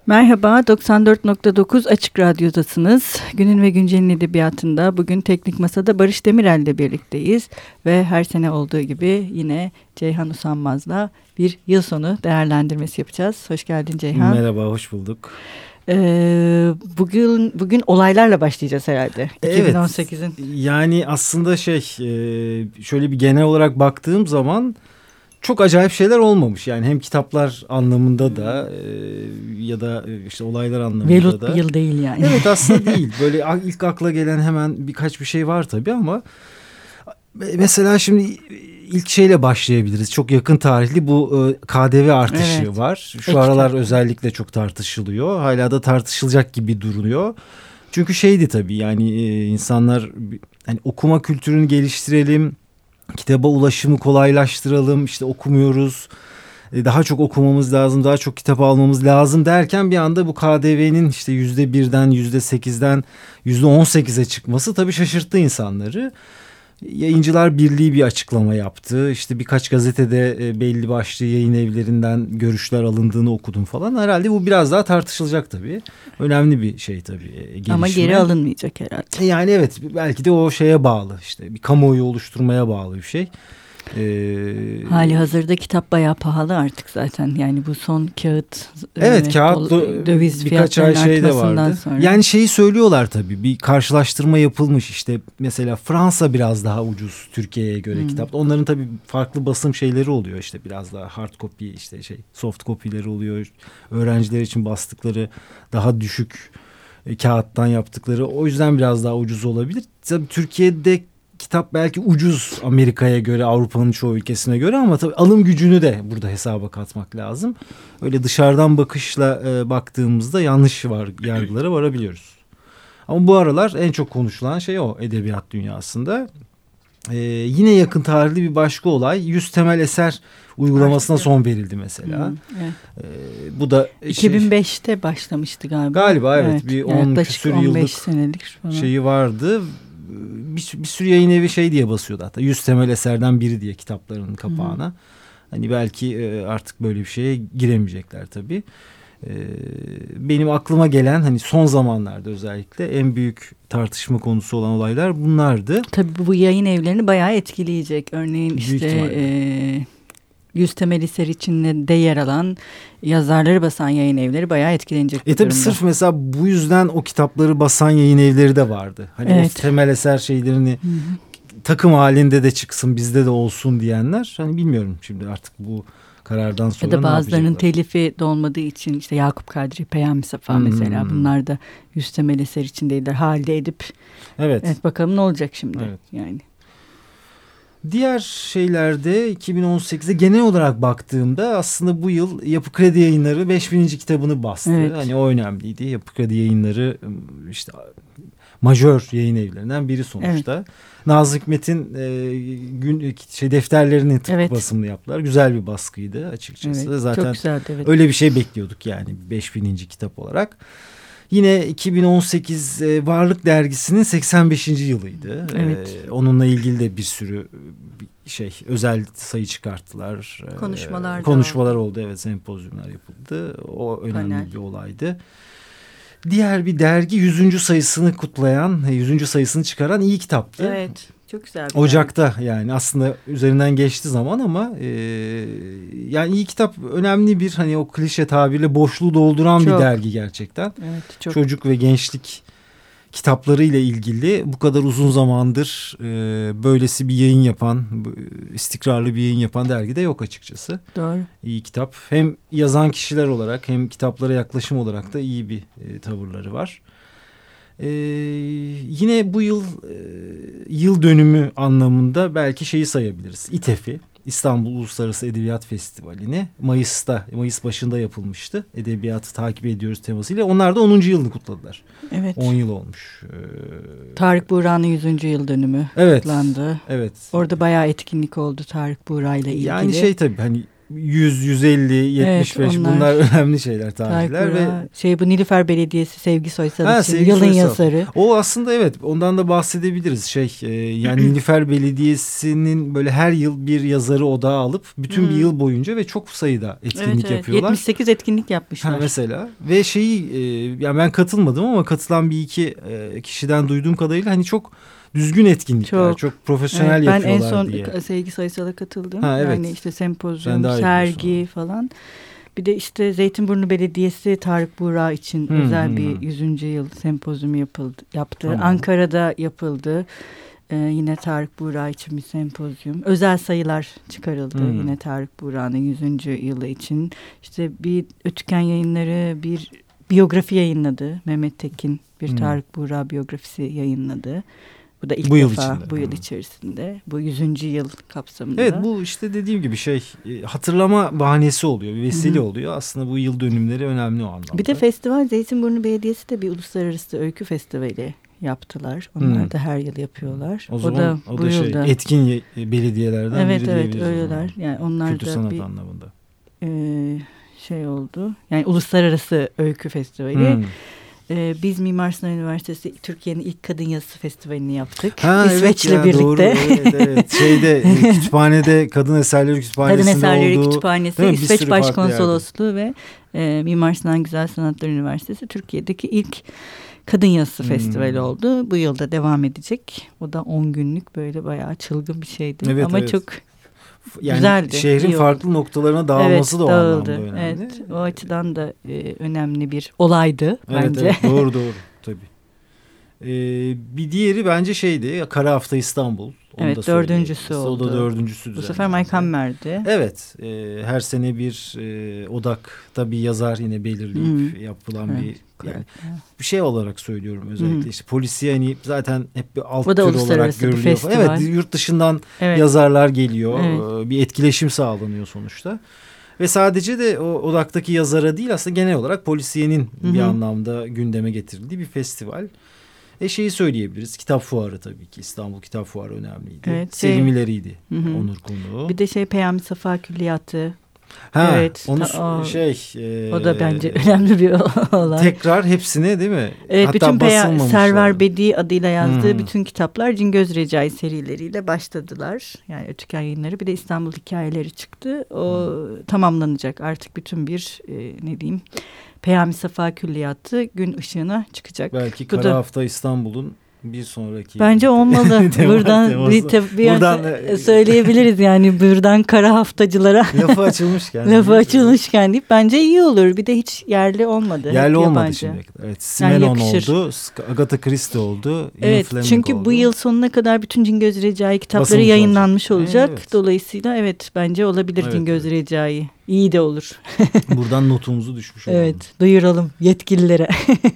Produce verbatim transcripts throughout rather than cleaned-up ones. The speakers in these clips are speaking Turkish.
Merhaba, doksan dört nokta dokuz Açık Radyo'dasınız. Günün ve Güncel'in edebiyatında bugün Teknik Masa'da Barış Demirel ile birlikteyiz. Ve her sene olduğu gibi yine Ceyhan Usanmaz'la bir yıl sonu değerlendirmesi yapacağız. Hoş geldin Ceyhan. Merhaba, hoş bulduk. Ee, bugün bugün olaylarla başlayacağız herhalde. Evet, iki bin on sekizin. Yani aslında şey, şöyle bir genel olarak baktığım zaman çok acayip şeyler olmamış. Yani hem kitaplar anlamında da ya da işte olaylar anlamında Velut da. bir yıl değil yani. Evet, aslında değil. Böyle ilk akla gelen hemen birkaç bir şey var tabii ama mesela şimdi ilk şeyle başlayabiliriz. Çok yakın tarihli bu K D V artışı evet. var. Şu Ek aralar tabii. özellikle çok tartışılıyor. Hala da tartışılacak gibi duruyor. Çünkü şeydi tabii yani insanlar hani okuma kültürünü geliştirelim, kitaba ulaşımı kolaylaştıralım, işte okumuyoruz, daha çok okumamız lazım, daha çok kitap almamız lazım derken bir anda bu K D V'nin işte yüzde birden yüzde sekizden yüzde on sekize çıkması tabii şaşırttı insanları. Yayıncılar Birliği bir açıklama yaptı. İşte birkaç gazetede belli başlı yayın evlerinden görüşler alındığını okudum falan. Herhalde bu biraz daha tartışılacak tabii. Önemli bir şey tabii. Gelişme. Ama geri alınmayacak herhalde. Yani evet, belki de o şeye bağlı. İşte bir kamuoyu oluşturmaya bağlı bir şey. Ee, Hali hazırda kitap bayağı pahalı artık zaten. Yani bu son kağıt evet, e, kağıt dol, döviz birkaç ay şey de vardı. Sonra. Yani şeyi söylüyorlar tabii, bir karşılaştırma yapılmış. İşte mesela Fransa biraz daha ucuz Türkiye'ye göre hmm. kitap. Onların tabii farklı basım şeyleri oluyor. İşte biraz daha hard copy, işte şey soft copy'leri oluyor. Öğrenciler için bastıkları daha düşük e, kağıttan yaptıkları. O yüzden biraz daha ucuz olabilir. Tabii Türkiye'de kitap belki ucuz Amerika'ya göre, Avrupa'nın çoğu ülkesine göre ama tabii alım gücünü de burada hesaba katmak lazım. Öyle dışarıdan bakışla e, baktığımızda yanlış var, yargılara varabiliyoruz. Ama bu aralar en çok konuşulan şey o edebiyat dünyasında. E, yine yakın tarihli bir başka olay, yüz temel eser uygulamasına son verildi mesela. Hmm, evet. e, bu da iki bin beşte şey, başlamıştı galiba. Galiba evet, evet bir on küsur yıllık şeyi vardı. Bir, bir sürü yayın evi şey diye basıyordu hatta, yüz temel eserden biri diye kitaplarının kapağına. Hı hı. Hani belki e, artık böyle bir şeye giremeyecekler tabii. E, benim aklıma gelen hani son zamanlarda özellikle en büyük tartışma konusu olan olaylar bunlardı. Tabii bu yayın evlerini bayağı etkileyecek. Örneğin büyük işte e, yüz temel eser içinde de yer alan yazarları basan yayın evleri bayağı etkilenecek. E tabii sırf mesela bu yüzden o kitapları basan yayın evleri de vardı. Hani evet. o temel eser şeylerini Hı-hı. takım halinde de çıksın, bizde de olsun diyenler. Hani bilmiyorum şimdi artık bu karardan sonra ya da bazılarının telifi de olmadığı için işte Yakup Kadri, Peyami Safa hmm. mesela bunlar da yüz temel eser içindeydiler. Halde edip evet. evet bakalım ne olacak şimdi evet. yani. Diğer şeylerde iki bin on sekize genel olarak baktığımda aslında bu yıl Yapı Kredi Yayınları beş bininci kitabını bastı. Evet. Hani o önemliydi. Yapı Kredi Yayınları işte majör yayın evlerinden biri sonuçta. Evet. Nazım Hikmet'in e, gün şey defterlerini tıp evet. basımını yaptılar. Güzel bir baskıydı açıkçası. Evet, zaten çok güzeldi, evet. öyle bir şey bekliyorduk yani beş bininci kitap olarak. Yine iki bin on sekiz e, Varlık Dergisi'nin seksen beşinci yılıydı. Evet. E, onunla ilgili de bir sürü şey özel sayı çıkarttılar. Konuşmalar e, Konuşmalar oldu. Evet, sempozyumlar yapıldı. O önemli Panel. bir olaydı. Diğer bir dergi yüzüncü sayısını kutlayan, yüzüncü sayısını çıkaran İyi Kitap'tı. Evet. Çok güzel. Ocak'ta yani. yani aslında üzerinden geçti zaman ama e, yani İyi Kitap önemli bir hani o klişe tabirle boşluğu dolduran çok. bir dergi gerçekten. Evet, çok. Çocuk ve gençlik kitaplarıyla ilgili bu kadar uzun zamandır e, böylesi bir yayın yapan, istikrarlı bir yayın yapan dergi de yok açıkçası. Doğru. İyi Kitap hem yazan kişiler olarak hem kitaplara yaklaşım olarak da iyi bir e, tavırları var. Ee, yine bu yıl e, yıl dönümü anlamında belki şeyi sayabiliriz. İTEF'i, İstanbul Uluslararası Edebiyat Festivali'ni Mayıs'ta, Mayıs başında yapılmıştı. Edebiyatı takip ediyoruz temasıyla. Onlar da onuncu yılını kutladılar. Evet. on yıl olmuş. Ee, Tarık Buğra'nın yüzüncü yıl dönümü evet, kutlandı. Evet. Orada bayağı etkinlik oldu Tarık Buğra ile ilgili. Yani şey tabii hani yüz, yüz elli, yetmiş beş evet, bunlar, bunlar önemli şeyler, tarihler. Ve şey bu Nilüfer Belediyesi Sevgi Soysal için Sevgi yılın Soysal. Yazarı. O aslında evet, ondan da bahsedebiliriz. Şey e, yani Nilüfer Belediyesi'nin böyle her yıl bir yazarı odağa alıp bütün hmm. bir yıl boyunca ve çok sayıda etkinlik evet, evet. yapıyorlar. yetmiş sekiz etkinlik yapmışlar. Ha, mesela ve şeyi e, yani ben katılmadım ama katılan bir iki e, kişiden duyduğum kadarıyla hani çok düzgün etkinlikler, çok, çok profesyonel evet, yapıyorlar diye. Ben en son Sevgi Soysal'a katıldım. Ha, evet. Yani işte sempozyum, sergi falan. Bir de işte Zeytinburnu Belediyesi Tarık Buğra için hmm, özel hmm. bir yüzüncü yıl sempozyumu yapıldı, yaptı. Tamam. Ankara'da yapıldı. Ee, yine Tarık Buğra için bir sempozyum. Özel sayılar çıkarıldı. Hmm. Yine Tarık Buğra'nın yüzüncü yılı için. İşte bir Ötüken Yayınları bir biyografi yayınladı. Mehmet Tekin bir hmm. Tarık Buğra biyografisi yayınladı. Bu da ilk bu defa yıl bu yıl içerisinde. Bu yüzüncü yıl kapsamında. Evet, bu işte dediğim gibi şey hatırlama bahanesi oluyor. Bir vesile Hı-hı. oluyor. Aslında bu yıl dönümleri önemli o anlamda. Bir de festival, Zeytinburnu Belediyesi de bir uluslararası öykü festivali yaptılar. Onlar hmm. da her yıl yapıyorlar. O, zaman, o da, o da bu şey yılda etkin belediyelerden evet, biri evet, diyebiliriz. Evet öyleler. Yani onlar kültür da sanat bir anlamında. E, şey oldu. Yani uluslararası öykü festivali. Hmm. Ee, biz Mimar Sinan Üniversitesi Türkiye'nin ilk kadın yazısı festivalini yaptık. Ha, İsveç'le evet ya, birlikte. Doğru, evet, evet. Şeyde kütüphanede Kadın Eserleri Kütüphanesi'nde Kadın Eserleri olduğu, Kütüphanesi, İsveç Başkonsolosluğu ve e, Mimar Sinan Güzel Sanatlar Üniversitesi Türkiye'deki ilk kadın yazısı hmm. festivali oldu. Bu yılda devam edecek. O da on günlük böyle bayağı çılgın bir şeydi. Evet, ama evet. çok yani güzeldi. Şehrin farklı noktalarına dağılması evet, da o dağıldı. anlamda önemli. Evet, o açıdan da e, önemli bir olaydı evet, bence. Evet, doğru doğru tabii. Ee, bir diğeri bence şeydi, Kara Hafta İstanbul. Onu evet, dördüncüsü oldu. O da dördüncüsü. Bu sefer Maykammer'di. Evet, e, her sene bir e, odakta bir yazar yine belirleyip hmm. yapılan evet, bir yani, evet. bir şey olarak söylüyorum özellikle. Hmm. İşte polisiye hani zaten hep bir alt tür olarak görülüyor. Evet, yurt dışından evet. yazarlar geliyor. Evet. Bir etkileşim sağlanıyor sonuçta. Ve sadece de o odaktaki yazara değil, aslında genel olarak polisiyenin Hı-hı. bir anlamda gündeme getirildiği bir festival. E şeyi söyleyebiliriz. Kitap fuarı tabii ki. İstanbul Kitap Fuarı önemliydi. Evet, şey, Selimileriydi. Hı-hı. Onur konuğu. Bir de şey Peyami Safa Külliyatı. Ha, evet, onu ta, o, şey. E, o da bence önemli bir olay. Tekrar hepsine değil mi? Evet, hatta bütün Peyami Server Bedi adıyla yazdığı hmm. bütün kitaplar Cingöz Recai serileriyle başladılar. Yani Ötüken Yayınları, bir de İstanbul Hikayeleri çıktı. O hmm. tamamlanacak artık bütün bir e, ne diyeyim Peyami Safa Külliyatı gün ışığına çıkacak. Belki Bu Kara da, Hafta İstanbul'un bir sonraki. Bence olmalı. buradan bir, bir buradan söyleyebiliriz yani buradan kara haftacılara. Lafı açılmışken. Lafı açılmışken deyip bence iyi olur. Bir de hiç yerli olmadı. Yerli olmadı yabancı. Şimdi. Evet, Simenon yani oldu. Agatha Christie oldu. Evet, çünkü oldu. Bu yıl sonuna kadar bütün Cingöz Recai kitapları basılmış yayınlanmış olacak. olacak. Evet. Dolayısıyla evet bence olabilir evet, Cingöz evet. Recai. İyi de olur. Buradan notumuzu düşmüş olalım. Evet, duyuralım yetkililere.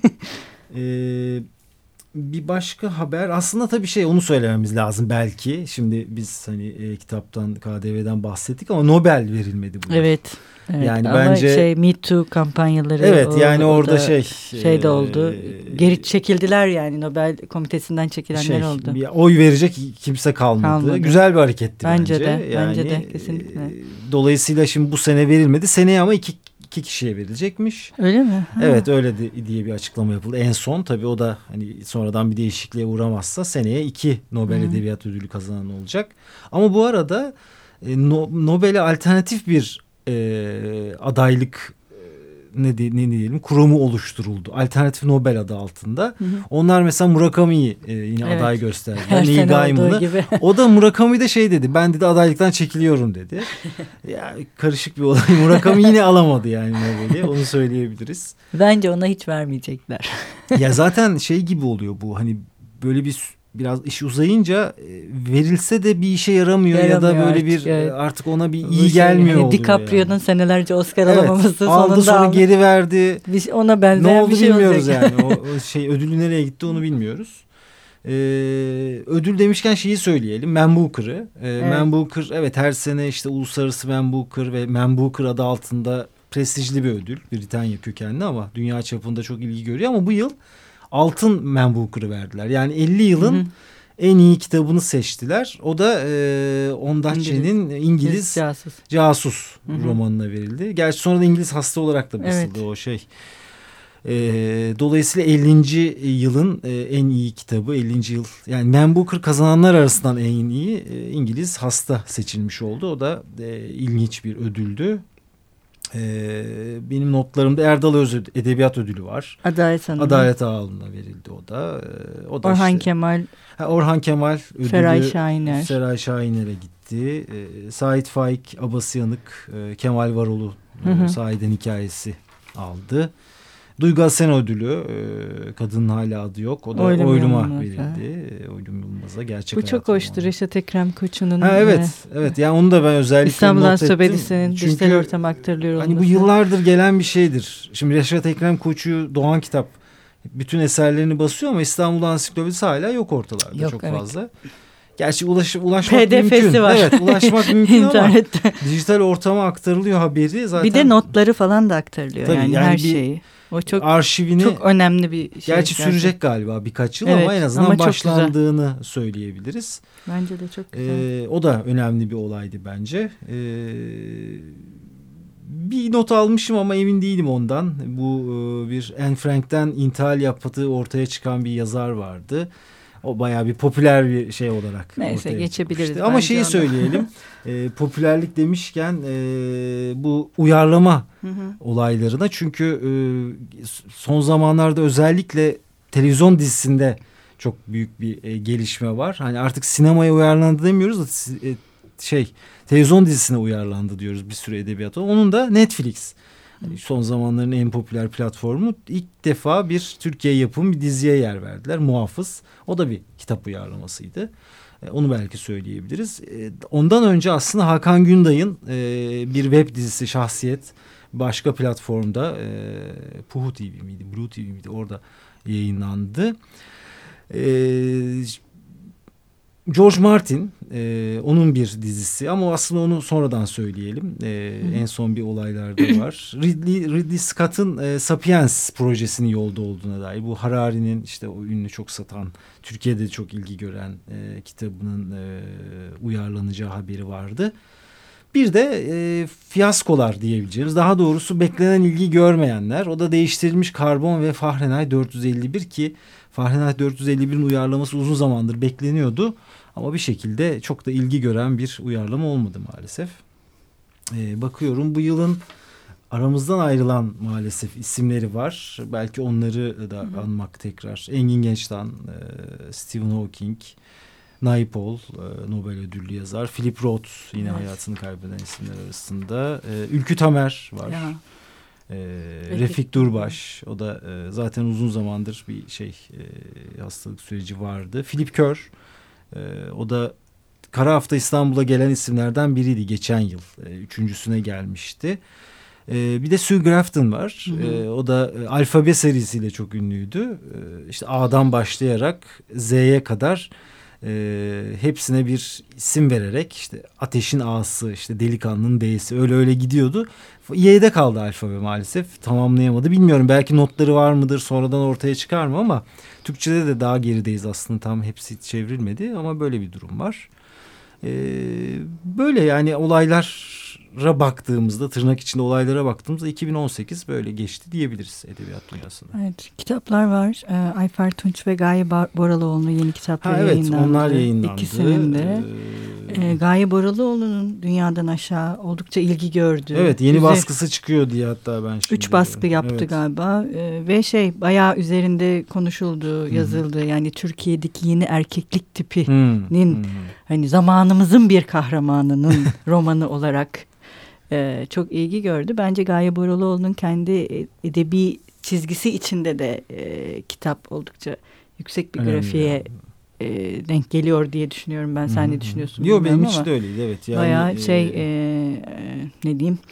Eee Bir başka haber aslında tabii şey onu söylememiz lazım belki. Şimdi biz hani e, kitaptan K D V'den bahsettik ama Nobel verilmedi bu. Evet. Evet, yani ama bence şey Me Too kampanyaları. Evet o, yani orada şey. Şey de oldu. E, geri çekildiler yani Nobel komitesinden çekilenler şey, oldu. Bir oy verecek kimse kalmadı. kalmadı. Güzel bir hareketti bence. Bence de. Yani, bence de kesinlikle. E, dolayısıyla şimdi bu sene verilmedi. Seneye ama iki iki kişiye verilecekmiş. Öyle mi? Ha. Evet öyle de, diye bir açıklama yapıldı. En son tabii o da hani sonradan bir değişikliğe uğramazsa seneye iki Nobel hmm. Edebiyat Ödülü kazanan olacak. Ama bu arada e, no, Nobel'e alternatif bir e, adaylık e, ne, de, ne diyelim kurumu oluşturuldu. Alternatif Nobel adı altında. Hı hı. Onlar mesela Murakami'yi e, yine evet. aday gösterdiler. Her Neil Gaiman'ı. O da Murakami de şey dedi. Ben dedi adaylıktan çekiliyorum dedi. Ya karışık bir olay. Murakami yine alamadı yani Nobel'i. Onu söyleyebiliriz. Bence ona hiç vermeyecekler. Ya zaten şey gibi oluyor bu. Hani böyle bir biraz iş uzayınca verilse de bir işe yaramıyor, yaramıyor ya da böyle artık, bir evet. artık ona bir iyi şey, gelmiyor hani oluyor. DiCaprio'nun yani. Senelerce Oscar evet, alamaması aldı sonunda sonra aldı. geri verdi. Biz ona benzer ne oldu bir şey bilmiyoruz olacak. yani. O, o şey ödülü nereye gitti onu bilmiyoruz. Ee, ödül demişken şeyi söyleyelim. Man Booker'ı. Ee, evet. Man Booker evet her sene işte Uluslararası Man Booker ve Man Booker adı altında prestijli bir ödül. Britanya kökenli ama dünya çapında çok ilgi görüyor ama bu yıl altın Man Booker'ı verdiler. Yani elli yılın Hı-hı. en iyi kitabını seçtiler. O da e, Ondaatje'nin İngiliz, İngiliz Casus, Casus romanına verildi. Gerçi sonra da İngiliz Hasta olarak da basıldı evet. o şey. E, dolayısıyla ellinci yılın e, en iyi kitabı, ellinci yıl yani Man Booker kazananlar arasından en iyi e, İngiliz Hasta seçilmiş oldu. O da e, ilginç bir ödüldü. Ee, benim notlarımda Erdal Öz Edebiyat Ödülü var. Adalet Hanım'a. Adalet Ağalı'na verildi o da. Ee, o da Orhan işte, Kemal. Ha, Orhan Kemal ödülü Feray Şahiner. Feray Şahiner'e gitti. Ee, Sait Faik Abasıyanık, e, Kemal Varolu e, Sahiden Hikayesi aldı. Duygu Asena Ödülü, e, Kadının Hala Adı Yok. O da Oylum, Oylum'a Yılmaz, verildi. E, Oylum Yılmaz'a gerçek Bu çok hoştur. Reşat Ekrem Koçu'nun. Ha, evet, e, evet. Yani onu da ben özellikle İstanbul not ettim. Ansiklopedisi'nin dijital ortama aktarılıyor olması. Hani bu yıllardır gelen bir şeydir. Şimdi Reşat Ekrem Koçu Doğan Kitap bütün eserlerini basıyor ama İstanbul Ansiklopedisi hala yok ortalarda yok, çok evet. fazla. Gerçi ulaş, ulaşmak P D F'si mümkün. Var. Evet, ulaşmak mümkün ama dijital ortama aktarılıyor haberi zaten. Bir de notları falan da aktarılıyor. Tabii, yani, yani her şeyi. O çok arşivini çok önemli bir şey. Gerçi gerçekten. Sürecek galiba birkaç yıl evet, ama en azından ama başlandığını güzel. Söyleyebiliriz. Bence de çok güzel. Ee, o da önemli bir olaydı bence. Ee, bir not almışım ama emin değilim ondan. Bu bir Anne Frank'ten intihal yaptığı ortaya çıkan bir yazar vardı. O bayağı bir popüler bir şey olarak. Neyse geçebiliriz. Ama şeyi söyleyelim. e, popülerlik demişken e, bu uyarlama hı hı. olaylarına. Çünkü e, son zamanlarda özellikle televizyon dizisinde çok büyük bir e, gelişme var. Hani artık sinemaya uyarlandı demiyoruz da e, şey televizyon dizisine uyarlandı diyoruz bir sürü edebiyata. Onun da Netflix. Son zamanların en popüler platformu ilk defa bir Türkiye yapımı bir diziye yer verdiler. Muhafız. O da bir kitap uyarlamasıydı. E, onu belki söyleyebiliriz. E, ondan önce aslında Hakan Günday'ın e, bir web dizisi Şahsiyet başka platformda e, Puhu T V miydi, Blue T V miydi orada yayınlandı. E, George Martin, e, onun bir dizisi ama aslında onu sonradan söyleyelim. E, en son bir olaylarda var. Ridley, Ridley Scott'ın e, Sapiens projesinin yolda olduğuna dair. Bu Harari'nin işte o ünlü çok satan, Türkiye'de çok ilgi gören e, kitabının e, uyarlanacağı haberi vardı. Bir de e, fiyaskolar diyebileceğimiz, daha doğrusu beklenen ilgi görmeyenler. O da değiştirilmiş karbon ve Fahrenheit dört yüz elli bir ki Fahrenheit dört yüz elli birin uyarlaması uzun zamandır bekleniyordu. Ama bir şekilde çok da ilgi gören bir uyarlama olmadı maalesef. Ee, bakıyorum bu yılın aramızdan ayrılan maalesef isimleri var. Belki onları da hı hı. anmak tekrar. Engin Genç'ten, e, Stephen Hawking, Naipaul, e, Nobel ödüllü yazar. Philip Roth yine evet. hayatını kaybeden isimler arasında. E, Ülkü Tamer var. Ya. E, Refik Durbaş, o da e, zaten uzun zamandır bir şey e, hastalık süreci vardı. Philip Kör, e, o da Kara Hafta İstanbul'a gelen isimlerden biriydi geçen yıl. E, üçüncüsüne gelmişti. E, bir de Sue Grafton var. Hı hı. E, o da e, alfabe serisiyle çok ünlüydü. E, işte A'dan başlayarak Z'ye kadar e, hepsine bir isim vererek işte Ateşin A'sı, işte Delikanlının D'si öyle öyle gidiyordu. Y'de kaldı alfabe maalesef. Tamamlayamadı. Bilmiyorum, belki notları var mıdır, sonradan ortaya çıkar mı ama Türkçe'de de daha gerideyiz aslında. Tam hepsi çevrilmedi ama böyle bir durum var. Ee, böyle yani olaylara baktığımızda, tırnak içinde olaylara baktığımızda iki bin on sekiz böyle geçti diyebiliriz edebiyat dünyasında. Evet, kitaplar var. Ee, Ayfer Tunç ve Gaye Boralıoğlu'nun yeni kitapları ha, evet, yayınlandı. Evet, onlar yayınlandı. İkisinin de. Ee, e, Gaye Boralıoğlu'nun Dünyadan Aşağı oldukça ilgi gördü. Evet, yeni Üzer... baskısı çıkıyor diye hatta ben şimdi. Üç baskı yaptı evet. galiba. Ee, ve şey bayağı üzerinde konuşuldu, yazıldı. Hı-hı. Yani Türkiye'deki yeni erkeklik tipinin Hı-hı. hani zamanımızın bir kahramanının romanı olarak e, çok ilgi gördü. Bence Gaye Boralıoğlu'nun kendi edebi çizgisi içinde de e, kitap oldukça yüksek bir Önemli grafiğe yani. e, denk geliyor diye düşünüyorum ben. Sen Hı-hı. ne düşünüyorsun? Yok, benim için de öyleydi. Evet. Yani, bayağı şey e, e, ne diyeyim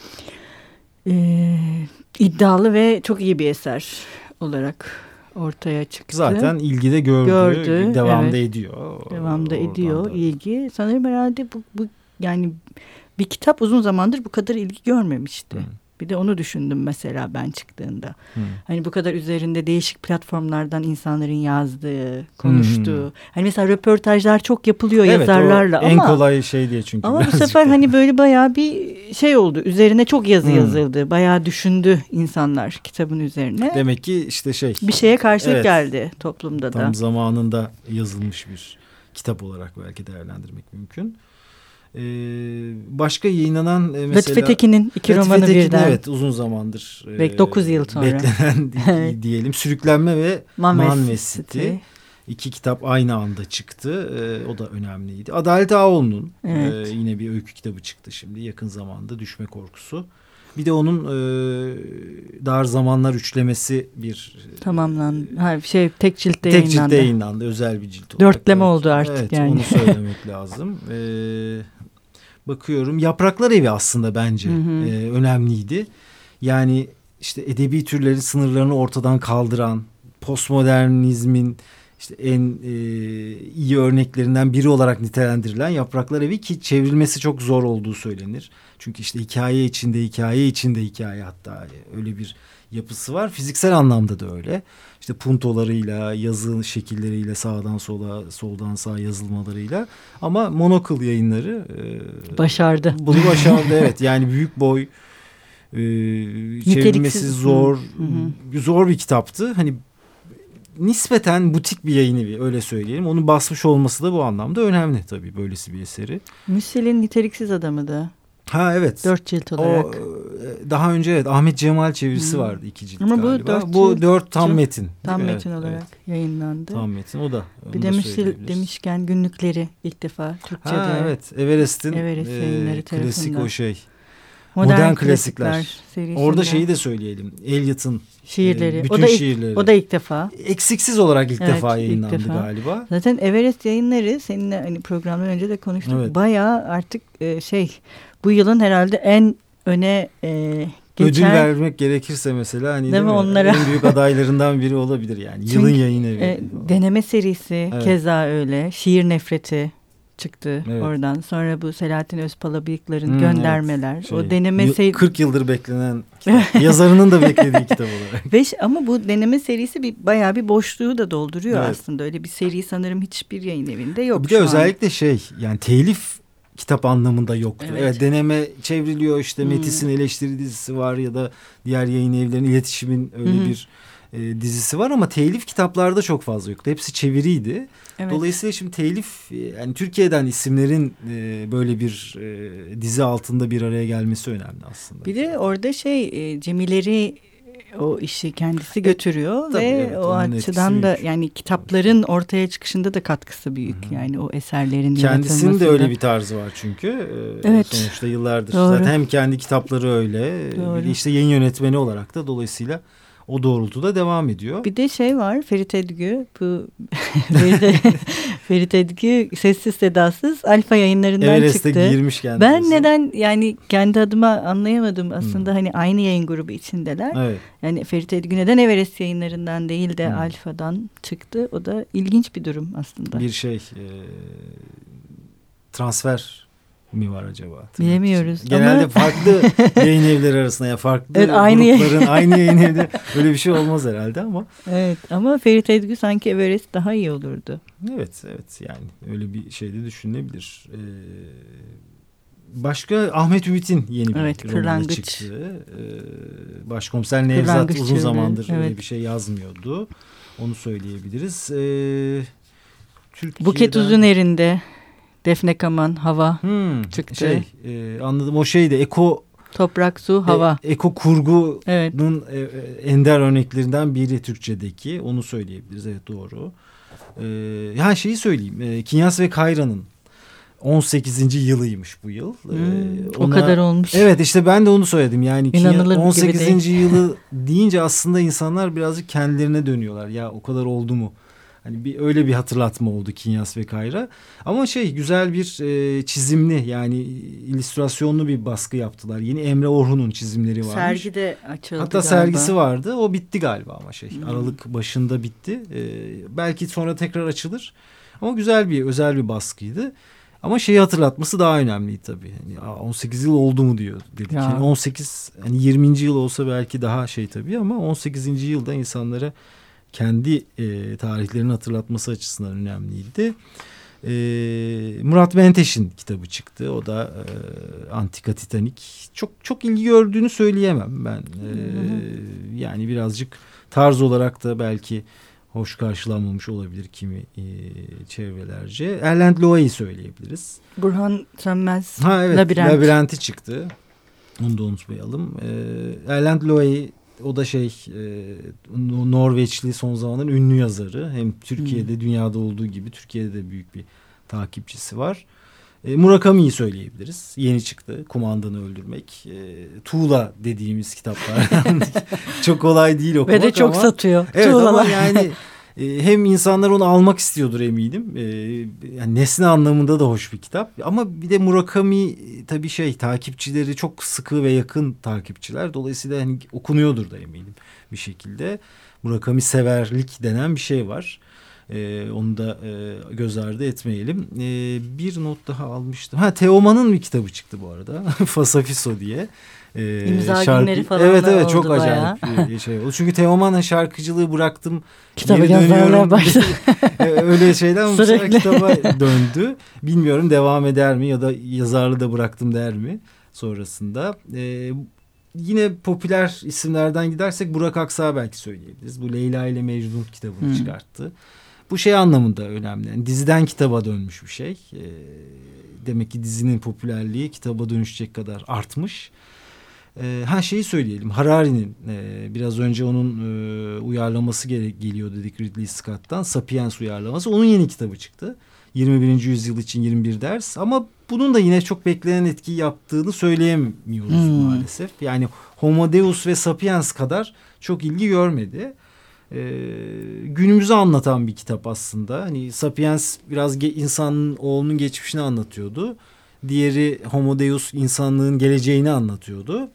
e, iddialı ve çok iyi bir eser olarak ortaya çıktı. Zaten ilgi de gördü. gördü devamda evet. ediyor. Devamda ediyor da. ilgi. Sanırım herhalde bu, bu yani bir kitap uzun zamandır bu kadar ilgi görmemişti. Hı. Bir de onu düşündüm mesela ben çıktığında. Hmm. Hani bu kadar üzerinde değişik platformlardan insanların yazdığı, konuştuğu. Hmm. Hani mesela röportajlar çok yapılıyor evet, yazarlarla ama. En kolay şey diye çünkü. Ama bu sefer de. Hani böyle bayağı bir şey oldu. Üzerine çok yazı hmm. yazıldı. Bayağı düşündü insanlar kitabın üzerine. Demek ki işte şey. Bir şeye karşılık evet, geldi toplumda tam da. Tam zamanında yazılmış bir kitap olarak belki değerlendirmek mümkün. Ee, başka yayınlanan e, mesela Lütfü Tekin'in iki Lütfü romanı Tekin, birden. Evet uzun zamandır e, dokuz yıl sonra beklenen diyelim Sürüklenme ve Man ve City. City. İki kitap aynı anda çıktı. Ee, o da önemliydi. Adalet Ağaoğlu'nun evet. e, yine bir öykü kitabı çıktı şimdi yakın zamanda, Düşme Korkusu. Bir de onun e, Dar Zamanlar üçlemesi bir tamamlandı. Ha, şey tek ciltte tek yayınlandı. Tek ciltte yayınlandı. Özel bir cilt olarak. Dörtleme evet. oldu artık evet, yani. Onu söylemek lazım. Ee, bakıyorum. Yapraklar Evi aslında bence hı hı. E, önemliydi. Yani işte edebi türlerin sınırlarını ortadan kaldıran, postmodernizmin işte en e, iyi örneklerinden biri olarak nitelendirilen Yapraklar Evi, ki çevrilmesi çok zor olduğu söylenir. Çünkü işte hikaye içinde hikaye içinde hikaye, hatta öyle bir yapısı var. Fiziksel anlamda da öyle. İşte puntolarıyla, yazı şekilleriyle, sağdan sola, soldan sağa yazılmalarıyla. Ama Monokıl Yayınları e, başardı. Bunu başardı evet. Yani büyük boy, e, çevrilmesi zor, hı hı. zor bir kitaptı. Hani nispeten butik bir yayın evi, öyle söyleyelim. Onun basmış olması da bu anlamda önemli tabii, böylesi bir eseri. Müssel'in Niteliksiz Adamı da. Ha evet. Dört cilt olarak. O, daha önce evet Ahmet Cemal çevirisi hmm. vardı, iki cilt. Ama galiba. Bu dört, bu dört tam metin. Tam evet, metin olarak evet. yayınlandı. Tam metin o da. Bir de Müssel demişken günlükleri ilk defa Türkçe'de. Ha evet, Everest'in Everest e, klasik o şey. Modern, Modern Klasikler. Klasikler. Orada şeyi de söyleyelim. Eliot'ın şiirleri. E, bütün o da ilk, şiirleri. O da ilk defa. Eksiksiz olarak ilk evet, defa yayınlandı ilk defa. galiba. Zaten Everest Yayınları, seninle hani programdan önce de konuştuk. Evet. Bayağı artık e, şey bu yılın herhalde en öne e, geçen. Ödül vermek gerekirse mesela hani değil değil mi? mi? Onlara. En büyük adaylarından biri olabilir yani. Çünkü, yılın yayın evi. E, deneme serisi evet. keza öyle. Şiir Nefreti çıktı evet. oradan. Sonra bu Selahattin Özpalabıyıkların hmm, Göndermeler. Evet. Şey, o deneme y- serisi. kırk yıldır beklenen kitap. Yazarının da beklediği kitap olarak. Ve, ama bu deneme serisi bir bayağı bir boşluğu da dolduruyor evet. aslında. Öyle bir seri sanırım hiçbir yayın evinde yok. Bir de özellikle an. şey yani telif kitap anlamında yoktu. Evet. evet deneme çevriliyor işte hmm. Metis'in eleştiri dizisi var ya da diğer yayın evlerinin iletişimin öyle hmm. bir e, dizisi var ama telif kitaplarda çok fazla yoktu. Hepsi çeviriydi. Evet. Dolayısıyla şimdi telif yani Türkiye'den isimlerin e, böyle bir e, dizi altında bir araya gelmesi önemli aslında. Bir de orada şey e, Cemileri o işi kendisi götürüyor e, ve evet, o açıdan da büyük. Yani kitapların ortaya çıkışında da katkısı büyük. Hı-hı. Yani o eserlerin kendisinin de öyle bir tarzı var çünkü. Ee, evet. Sonuçta yıllardır Doğru. zaten hem kendi kitapları öyle, Doğru. bir de işte yayın yönetmeni olarak da dolayısıyla o doğrultuda devam ediyor. Bir de şey var, Ferit Edgü, bu Ferit, Ferit Edgü sessiz sedasız Alfa Yayınlarından Everest'e çıktı. girmiş kendisi. Ben neden yani kendi adıma anlayamadım aslında hmm. hani aynı yayın grubu içindeler. Evet. Yani Ferit Edgü neden Everest Yayınlarından değil de hmm. Alfa'dan çıktı? O da ilginç bir durum aslında. Bir şey e, transfer mi var acaba? Bilemiyoruz. Genelde ama... farklı yayın evleri arasında ya farklı evet, aynı grupların aynı yayın evleri öyle bir şey olmaz herhalde ama. Evet ama Ferit Edgü sanki Everest daha iyi olurdu. Evet evet yani öyle bir şey de düşünülebilir. Ee, başka Ahmet Ümit'in yeni bir evet, romanı çıktı. Ee, Başkomiser Nevzat uzun çıldı. zamandır evet. öyle bir şey yazmıyordu. Onu söyleyebiliriz. Ee, Türkiye'den... Buket Uzuner'inde Defne Kaman Hava hmm, çıktı. Şey, e, anladım o şeydi eko toprak su hava. E, eko kurgunun evet. e, ender örneklerinden biri Türkçedeki. Onu söyleyebiliriz evet doğru. E, ya şeyi söyleyeyim. E, Kinyas ve Kayra'nın on sekizinci yılıymış bu yıl. Hmm, ee, ona, o kadar olmuş. Evet işte ben de onu söyledim. Yani İnanılır on sekizinci yılı deyince aslında insanlar birazcık kendilerine dönüyorlar. Ya o kadar oldu mu? Hani bir öyle bir hatırlatma oldu Kinyas ve Kayra. Ama şey güzel bir e, çizimli yani illüstrasyonlu bir baskı yaptılar. Yeni Emre Orhun'un çizimleri varmış. Sergi de açıldı Hatta galiba. sergisi vardı. O bitti galiba ama şey hmm. Aralık başında bitti. E, belki sonra tekrar açılır. Ama güzel bir özel bir baskıydı. Ama şeyi hatırlatması daha önemli tabii. Yani on sekiz yıl oldu mu diyor dedik. Yani on sekiz hani yirminci yıl olsa belki daha şey tabii ama on sekizinci yılda insanlara kendi e, tarihlerini hatırlatması açısından önemliydi. E, Murat Menteş'in kitabı çıktı. O da e, Antika Titanik. Çok çok ilgi gördüğünü söyleyemem ben. E, yani birazcık tarz olarak da belki hoş karşılanmamış olabilir kimi e, çevrelerce. Erlend Loay'ı söyleyebiliriz. Burhan Sönmez ha, evet, Labirent. Labirenti çıktı. Onu da unutmayalım. E, Erlend Loay, o da şey e, Norveçli, son zamanların ünlü yazarı. Hem Türkiye'de hmm. dünyada olduğu gibi Türkiye'de de büyük bir takipçisi var. E, Murakami'yi söyleyebiliriz. Yeni çıktı. Kumandanı Öldürmek. E, Tuğla dediğimiz kitaplar. Çok kolay değil okumak ama. Ve de çok ama, satıyor. Evet Tuğlalar. ama yani e, hem insanlar onu almak istiyordur eminim. E, yani nesne anlamında da hoş bir kitap. Ama bir de Murakami tabii şey, takipçileri çok sıkı ve yakın takipçiler. Dolayısıyla hani okunuyordur da eminim bir şekilde. Murakami severlik denen bir şey var. Ee, onu da e, göz ardı etmeyelim. Ee, bir not daha almıştım. Ha, Teoman'ın bir kitabı çıktı bu arada. Fasafiso diye. Ee, İmza şarkı... günleri falan evet, da evet, oldu çok bayağı. acayip bir şey oldu. Çünkü Teoman'ın şarkıcılığı bıraktım. Kitabı yazarlığa başladı. Öyle şeyden bu sefer kitaba döndü. Bilmiyorum devam eder mi ya da yazarlığı da bıraktım der mi sonrasında. Ee, Yine popüler isimlerden gidersek Burak Aksağ belki söyleyebiliriz. Bu Leyla ile Mecnun kitabını hmm. çıkarttı. Bu şey anlamında önemli. Yani diziden kitaba dönmüş bir şey. E, demek ki dizinin popülerliği kitaba dönüşecek kadar artmış. E, ha şeyi söyleyelim. Harari'nin e, biraz önce onun e, uyarlaması gere- geliyor dedik Ridley Scott'tan. Sapiens uyarlaması. Onun yeni kitabı çıktı. yirmi birinci yüzyıl için yirmi bir ders. Ama bunun da yine çok beklenen etki yaptığını söyleyemiyoruz hmm. maalesef. Yani Homo Deus ve Sapiens kadar çok ilgi görmedi. Ee, günümüzü anlatan bir kitap aslında. Hani Sapiens biraz ge- insanın oğlunun geçmişini anlatıyordu. Diğeri Homo Deus insanlığın geleceğini anlatıyordu.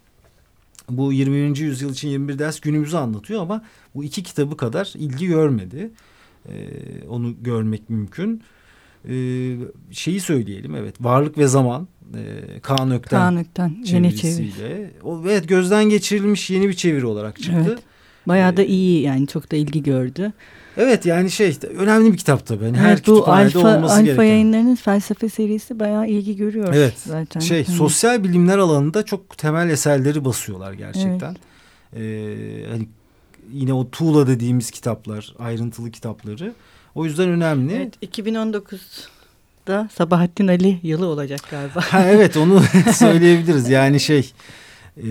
Bu yirmi birinci yüzyıl için yirmi bir ders günümüzü anlatıyor ama bu iki kitabı kadar ilgi görmedi. Ee, onu görmek mümkün. Ee, şeyi söyleyelim, evet, Varlık ve Zaman, e, Kaan Ökten, Kaan Ökten yeni çeviri. O, evet, gözden geçirilmiş yeni bir çeviri olarak çıktı. Evet. Bayağı da iyi, yani çok da ilgi gördü. Evet, yani şey, önemli bir kitap tabii. Yani evet, her kütüphanede alfa, olması alfa gereken. Alfa Yayınları'nın felsefe serisi bayağı ilgi görüyor. Evet. Zaten. Şey, hmm. sosyal bilimler alanında çok temel eserleri basıyorlar gerçekten. Evet. Ee, hani yine o tuğla dediğimiz kitaplar, ayrıntılı kitapları. O yüzden önemli. Evet, iki bin on dokuzda Sabahattin Ali yılı olacak galiba. Ha, evet, onu söyleyebiliriz. Yani şey, e,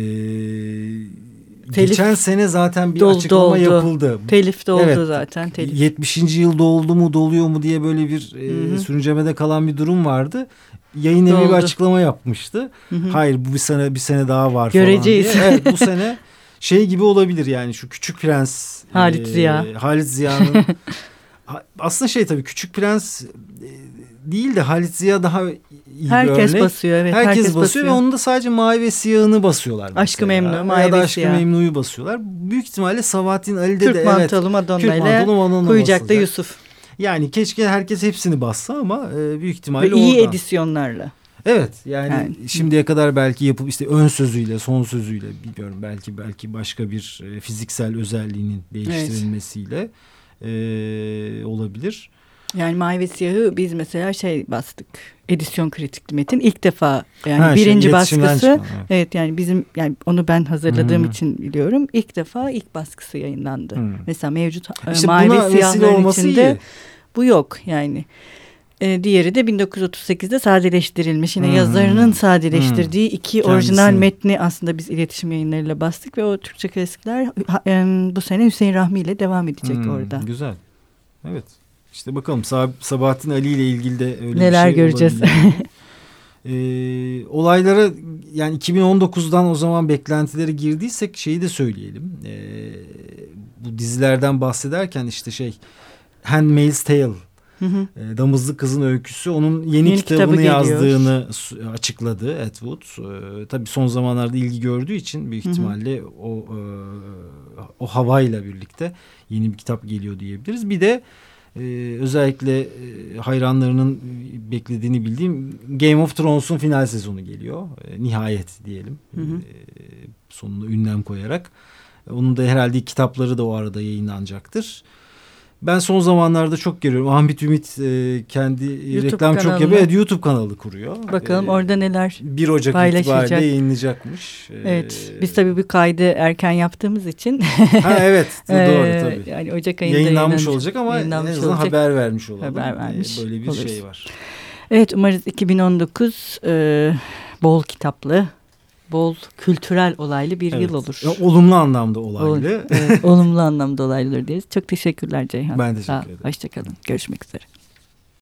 geçen sene zaten bir doldu, açıklama doldu. yapıldı. Telif de oldu evet, zaten. Telif. yetmişinci yıl doldu mu, doluyor mu diye böyle bir e, sürüncemede kalan bir durum vardı. Yayın evi bir açıklama yapmıştı. Hı-hı. Hayır, bu bir sene bir sene daha var Göreceğiz. falan diye. Evet, bu sene şey gibi olabilir yani, şu Küçük Prens. Halit e, Ziya. Halit Ziya'nın aslında şey tabii, Küçük Prens değil de Halit Ziya daha iyi herkes bir örnek. basıyor, evet. Herkes, herkes basıyor, basıyor ve onun da sadece Mavi ve Siyahını basıyorlar. Mesela. Aşkı Memnu, Mavi ya da ve Aşkı Siyah. Memnu'yu basıyorlar. Büyük ihtimalle Sabahattin Ali'de Kürk de Mantolu, evet. Madonna Kürk Mantolu Madonna Kuyucak'ta Yusuf. Yani keşke herkes hepsini bassa ama e, büyük ihtimalle ve iyi oradan. edisyonlarla. Evet, yani, yani şimdiye kadar belki yapıp işte ön sözüyle, son sözüyle, bilmiyorum, belki belki başka bir e, fiziksel özelliğinin değiştirilmesiyle evet. e, olabilir. Yani Mavi ve Siyah'ı biz mesela şey bastık. Edisyon kritikli metin ilk defa, yani ha, birinci şey, baskısı. Çıkan, evet. evet, yani bizim, yani onu ben hazırladığım hmm. için biliyorum. İlk defa ilk baskısı yayınlandı. Hmm. Mesela mevcut işte Mavi ve Siyah'ların içinde iyi. bu yok yani. E, diğeri de bin dokuz yüz otuz sekizde sadeleştirilmiş. Yine hmm. yazarının sadeleştirdiği hmm. iki Kendisi. orijinal metni aslında biz iletişim yayınlarıyla bastık ve o Türkçe klasikler e, bu sene Hüseyin Rahmi ile devam edecek hmm. orada. Güzel. Evet. İşte bakalım Sab- Sabahattin Ali ile ilgili de öyle neler bir şey göreceğiz. ee, olaylara yani iki bin on dokuzdan o zaman beklentileri girdiysek şeyi de söyleyelim. Ee, bu dizilerden bahsederken işte şey, Handmaid's Tale, hı hı. E, Damızlık Kızın Öyküsü, onun yeni, yeni kitabını kitabı yazdığını açıkladı Ed Wood. E, tabii son zamanlarda ilgi gördüğü için büyük ihtimalle hı hı. o e, o havayla birlikte yeni bir kitap geliyor diyebiliriz. Bir de Ee, özellikle e, hayranlarının beklediğini bildiğim Game of Thrones'un final sezonu geliyor. E, nihayet diyelim. Hı hı. E, sonuna ünlem koyarak. Onun da herhalde kitapları da o arada yayınlanacaktır. Ben son zamanlarda çok görüyorum. Ahmet Ümit e, kendi YouTube reklam kanalı. Çok yapıyor. Evet, YouTube kanalı kuruyor. Bakalım ee, orada neler bir Ocak itibariyle yayınlayacakmış. Evet. Biz tabii bir kaydı erken yaptığımız için. Ha evet. Doğru tabii. Yani Ocak ayında yayınlanmış olacak ama en azından haber vermiş olalım. Haber vermiş. Böyle bir oluruz. Şey var. Evet, umarız iki bin on dokuz e, bol kitaplı, bol kültürel olaylı bir evet. yıl olur. Ya, olumlu anlamda olaylı. Ol, evet, olumlu anlamda olaylı olur deriz. Çok teşekkürler Ceyhan. Ben teşekkür ederim. Hoşçakalın. Görüşmek üzere.